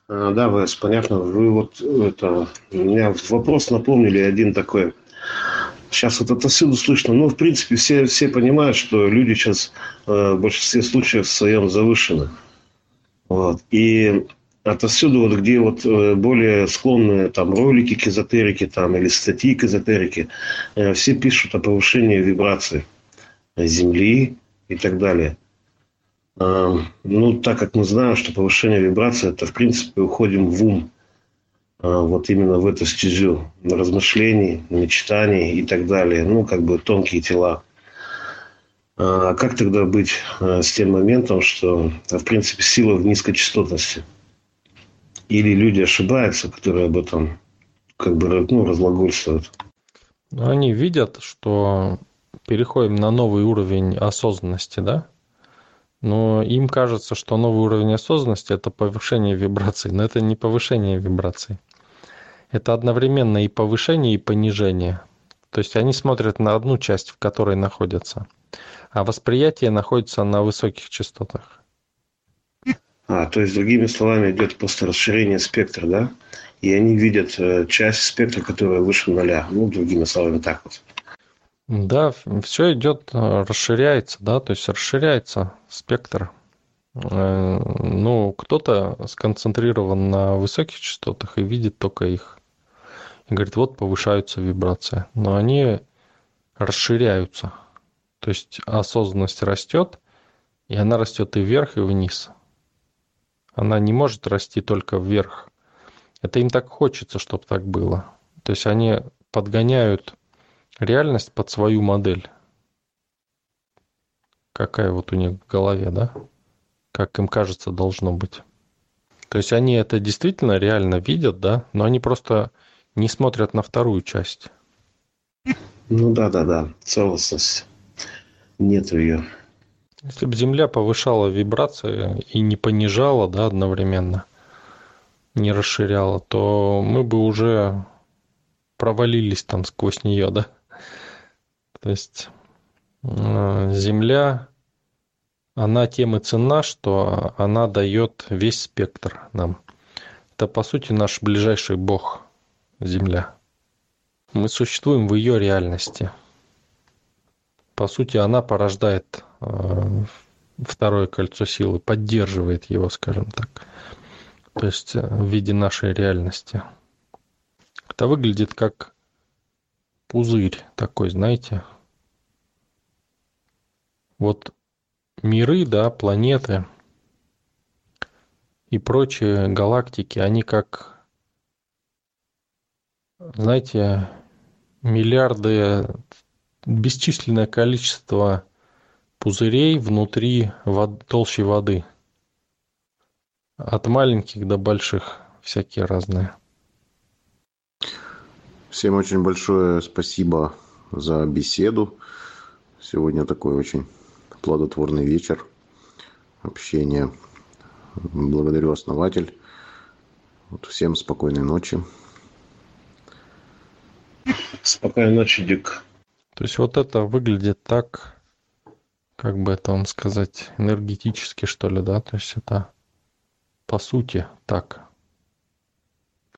Да, Вась, понятно. Вы вот это, меня вопрос напомнили один такой. Сейчас вот отовсюду слышно. Ну, в принципе, все понимают, что люди сейчас в большинстве случаев в своем завышены. Вот. И отовсюду, вот, где вот более склонные там ролики к эзотерике там, или статьи к эзотерике, все пишут о повышении вибраций Земли и так далее. Ну, так как мы знаем, что повышение вибрации, это, в принципе, уходим в ум. Вот именно в эту стезю размышлений, мечтаний и так далее. Ну, как бы тонкие тела. А как тогда быть с тем моментом, что, в принципе, сила в низкочастотности? Или люди ошибаются, которые об этом как бы ну, разглагольствуют? Но они видят, что переходим на новый уровень осознанности, да? Но им кажется, что новый уровень осознанности – это повышение вибраций. Но это не повышение вибраций. Это одновременно и повышение, и понижение. То есть они смотрят на одну часть, в которой находятся, а восприятие находится на высоких частотах. То есть, другими словами, идет просто расширение спектра, да? И они видят часть спектра, которая выше нуля. Ну, другими словами, так вот. Да, все идет, расширяется, да, то есть расширяется спектр. Ну, кто-то сконцентрирован на высоких частотах и видит только их. И говорит, вот повышаются вибрации. Но они расширяются. То есть осознанность растет, и она растет и вверх, и вниз. Она не может расти только вверх. Это им так хочется, чтобы так было. То есть они подгоняют реальность под свою модель. Какая вот у них в голове, да? Как им кажется должно быть. То есть они это действительно реально видят, да, но они просто не смотрят на вторую часть. Ну, да, целостность. Нету ее. Если бы Земля повышала вибрации и не понижала, да, одновременно, не расширяла, то мы бы уже провалились там сквозь нее, да. То есть Земля, она тем и ценна, что она дает весь спектр нам. Это, по сути, наш ближайший бог, Земля. Мы существуем в ее реальности. По сути, она порождает второе кольцо силы, поддерживает его, скажем так. То есть в виде нашей реальности. Это выглядит как пузырь такой, знаете. Вот миры, да, планеты и прочие галактики, они как, знаете, миллиарды, бесчисленное количество пузырей внутри толщи воды. От маленьких до больших, всякие разные. Всем очень большое спасибо за беседу. Сегодня такой очень плодотворный вечер общения. Благодарю, основатель. Вот всем спокойной ночи. Спокойной ночи, Дик. То есть вот это выглядит так, как бы это вам сказать, энергетически, что ли, да? То есть это по сути так.